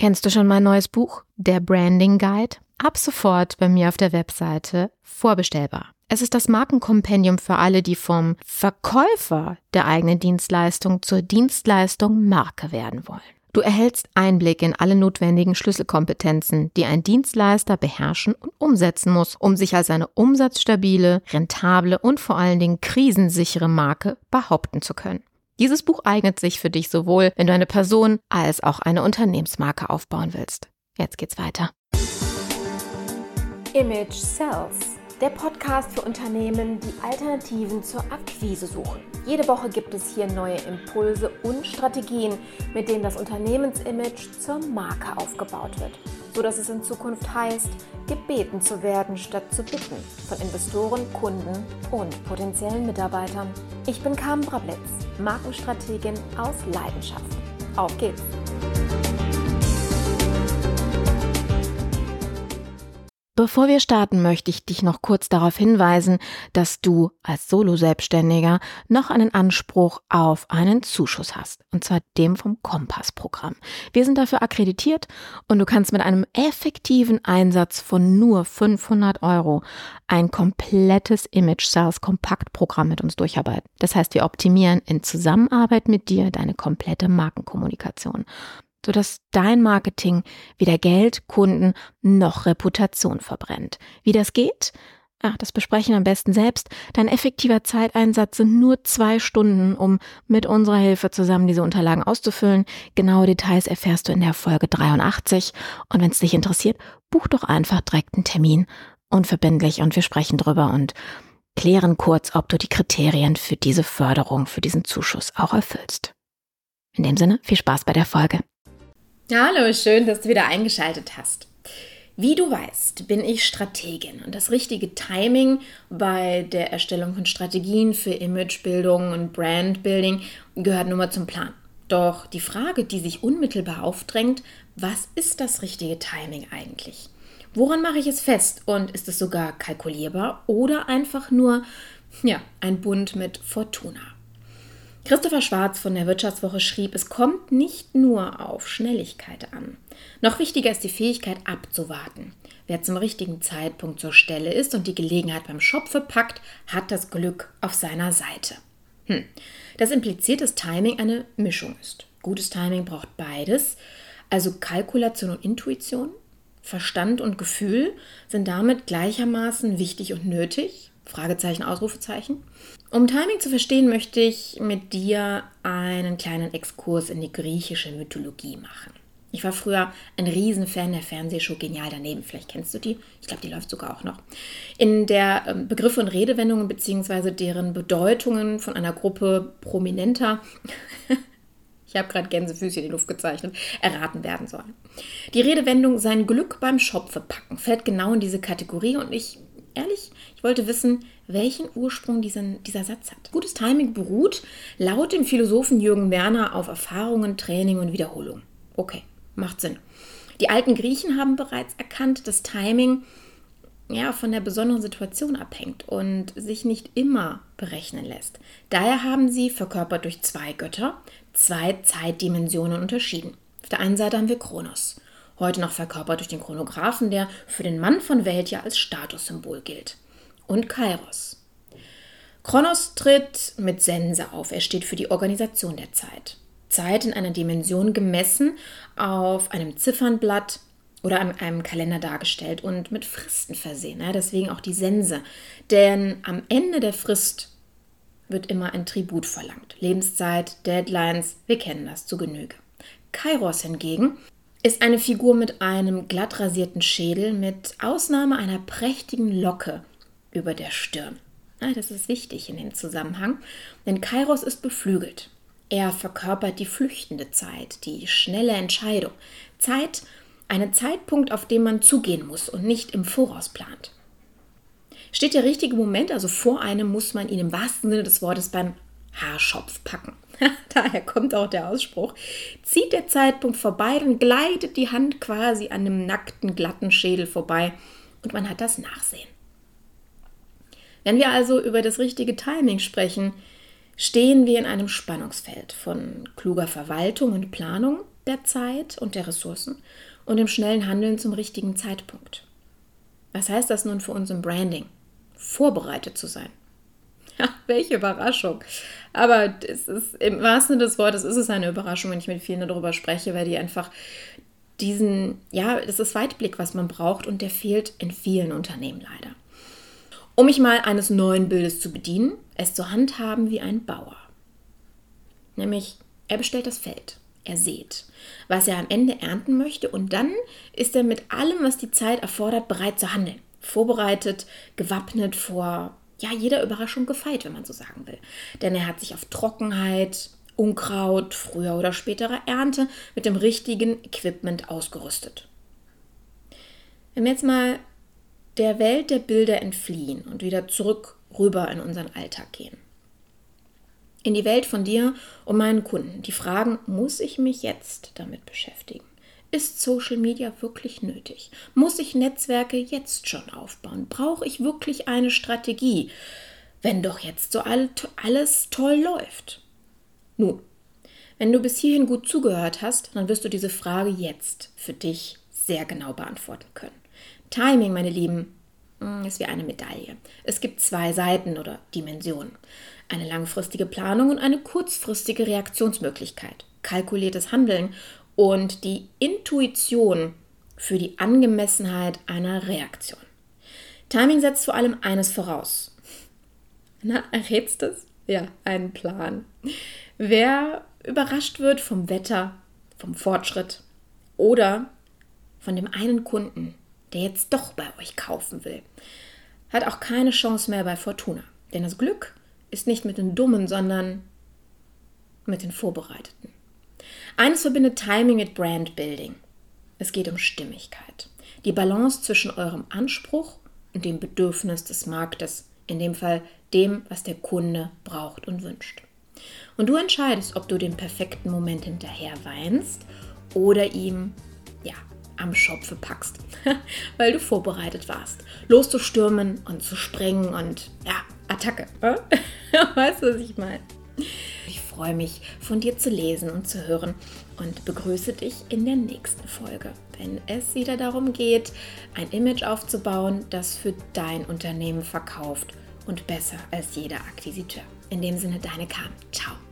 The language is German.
Kennst du schon mein neues Buch, der Branding Guide? Ab sofort bei mir auf der Webseite vorbestellbar. Es ist das Markenkompendium für alle, die vom Verkäufer der eigenen Dienstleistung zur Dienstleistung Marke werden wollen. Du erhältst Einblick in alle notwendigen Schlüsselkompetenzen, die ein Dienstleister beherrschen und umsetzen muss, um sich als eine umsatzstabile, rentable und vor allen Dingen krisensichere Marke behaupten zu können. Dieses Buch eignet sich für dich sowohl, wenn du eine Person als auch eine Unternehmensmarke aufbauen willst. Jetzt geht's weiter. Image Sells, der Podcast für Unternehmen, die Alternativen zur Akquise suchen. Jede Woche gibt es hier neue Impulse und Strategien, mit denen das Unternehmensimage zur Marke aufgebaut wird, sodass es in Zukunft heißt, gebeten zu werden statt zu bitten von Investoren, Kunden und potenziellen Mitarbeitern. Ich bin Carmen Brabletz, Markenstrategin aus Leidenschaft. Auf geht's! Bevor wir starten, möchte ich dich noch kurz darauf hinweisen, dass du als Solo-Selbstständiger noch einen Anspruch auf einen Zuschuss hast, und zwar dem vom Kompass-Programm. Wir sind dafür akkreditiert und du kannst mit einem effektiven Einsatz von nur 500 € ein komplettes Image-Sales-Kompaktprogramm mit uns durcharbeiten. Das heißt, wir optimieren in Zusammenarbeit mit dir deine komplette Markenkommunikation, sodass dein Marketing weder Geld, Kunden noch Reputation verbrennt. Wie das geht? Das besprechen wir am besten selbst. Dein effektiver Zeiteinsatz sind nur 2 Stunden, um mit unserer Hilfe zusammen diese Unterlagen auszufüllen. Genaue Details erfährst du in der Folge 83. Und wenn es dich interessiert, buch doch einfach direkt einen Termin, unverbindlich, und wir sprechen drüber und klären kurz, ob du die Kriterien für diese Förderung, für diesen Zuschuss auch erfüllst. In dem Sinne, viel Spaß bei der Folge. Hallo, schön, dass du wieder eingeschaltet hast. Wie du weißt, bin ich Strategin und das richtige Timing bei der Erstellung von Strategien für Imagebildung und Brandbuilding gehört nun mal zum Plan. Doch die Frage, die sich unmittelbar aufdrängt, was ist das richtige Timing eigentlich? Woran mache ich es fest und ist es sogar kalkulierbar oder einfach nur ein Bund mit Fortuna? Christopher Schwarz von der Wirtschaftswoche schrieb, es kommt nicht nur auf Schnelligkeit an. Noch wichtiger ist die Fähigkeit abzuwarten. Wer zum richtigen Zeitpunkt zur Stelle ist und die Gelegenheit beim Schopfe packt, hat das Glück auf seiner Seite. Das impliziert, dass Timing eine Mischung ist. Gutes Timing braucht beides, also Kalkulation und Intuition, Verstand und Gefühl sind damit gleichermaßen wichtig und nötig. Fragezeichen, Ausrufezeichen. Um Timing zu verstehen, möchte ich mit dir einen kleinen Exkurs in die griechische Mythologie machen. Ich war früher ein Riesenfan der Fernsehshow Genial daneben. Vielleicht kennst du die. Ich glaube, die läuft sogar auch noch. In der Begriffe und Redewendungen bzw. deren Bedeutungen von einer Gruppe Prominenter, ich habe gerade Gänsefüßchen in die Luft gezeichnet, erraten werden sollen. Die Redewendung sein Glück beim Schopfe packen fällt genau in diese Kategorie und ich wollte wissen, welchen Ursprung dieser Satz hat. Gutes Timing beruht laut dem Philosophen Jürgen Werner auf Erfahrungen, Training und Wiederholung. Okay, macht Sinn. Die alten Griechen haben bereits erkannt, dass Timing von der besonderen Situation abhängt und sich nicht immer berechnen lässt. Daher haben sie, verkörpert durch 2 Götter, 2 Zeitdimensionen unterschieden. Auf der einen Seite haben wir Kronos, heute noch verkörpert durch den Chronographen, der für den Mann von Welt ja als Statussymbol gilt. Und Kairos. Kronos tritt mit Sense auf. Er steht für die Organisation der Zeit. Zeit in einer Dimension gemessen, auf einem Ziffernblatt oder an einem Kalender dargestellt und mit Fristen versehen. Deswegen auch die Sense. Denn am Ende der Frist wird immer ein Tribut verlangt. Lebenszeit, Deadlines, wir kennen das zu Genüge. Kairos hingegen ist eine Figur mit einem glatt rasierten Schädel mit Ausnahme einer prächtigen Locke über der Stirn. Das ist wichtig in dem Zusammenhang, denn Kairos ist beflügelt. Er verkörpert die flüchtende Zeit, die schnelle Entscheidung. Zeit, einen Zeitpunkt, auf den man zugehen muss und nicht im Voraus plant. Steht der richtige Moment, also vor einem, muss man ihn im wahrsten Sinne des Wortes beim Haarschopf packen. Daher kommt auch der Ausspruch. Zieht der Zeitpunkt vorbei, dann gleitet die Hand quasi an einem nackten, glatten Schädel vorbei und man hat das Nachsehen. Wenn wir also über das richtige Timing sprechen, stehen wir in einem Spannungsfeld von kluger Verwaltung und Planung der Zeit und der Ressourcen und dem schnellen Handeln zum richtigen Zeitpunkt. Was heißt das nun für uns im Branding? Vorbereitet zu sein. Ja, welche Überraschung. Aber es ist, im wahrsten Sinne des Wortes ist es eine Überraschung, wenn ich mit vielen darüber spreche, weil die einfach das ist Weitblick, was man braucht und der fehlt in vielen Unternehmen leider. Um mich mal eines neuen Bildes zu bedienen, es zu handhaben wie ein Bauer. Nämlich, er bestellt das Feld, er sät, was er am Ende ernten möchte und dann ist er mit allem, was die Zeit erfordert, bereit zu handeln. Vorbereitet, gewappnet vor jeder Überraschung gefeit, wenn man so sagen will. Denn er hat sich auf Trockenheit, Unkraut, früher oder späterer Ernte mit dem richtigen Equipment ausgerüstet. Wenn wir jetzt mal der Welt der Bilder entfliehen und wieder zurück rüber in unseren Alltag gehen. In die Welt von dir und meinen Kunden, die fragen, muss ich mich jetzt damit beschäftigen? Ist Social Media wirklich nötig? Muss ich Netzwerke jetzt schon aufbauen? Brauche ich wirklich eine Strategie, wenn doch jetzt so alles toll läuft? Nun, wenn du bis hierhin gut zugehört hast, dann wirst du diese Frage jetzt für dich sehr genau beantworten können. Timing, meine Lieben, ist wie eine Medaille. Es gibt 2 Seiten oder Dimensionen. Eine langfristige Planung und eine kurzfristige Reaktionsmöglichkeit. Kalkuliertes Handeln und die Intuition für die Angemessenheit einer Reaktion. Timing setzt vor allem eines voraus. Errätst du es? Ja, einen Plan. Wer überrascht wird vom Wetter, vom Fortschritt oder von dem einen Kunden, der jetzt doch bei euch kaufen will, hat auch keine Chance mehr bei Fortuna. Denn das Glück ist nicht mit den Dummen, sondern mit den Vorbereiteten. Eines verbindet Timing mit Brandbuilding. Es geht um Stimmigkeit. Die Balance zwischen eurem Anspruch und dem Bedürfnis des Marktes. In dem Fall dem, was der Kunde braucht und wünscht. Und du entscheidest, ob du den perfekten Moment hinterher weinst oder ihm am Schopfe packst, weil du vorbereitet warst, loszustürmen und zu springen und Attacke. Weißt du, was ich meine? Ich freue mich, von dir zu lesen und zu hören und begrüße dich in der nächsten Folge, wenn es wieder darum geht, ein Image aufzubauen, das für dein Unternehmen verkauft und besser als jeder Akquisiteur. In dem Sinne, deine Carmen. Ciao.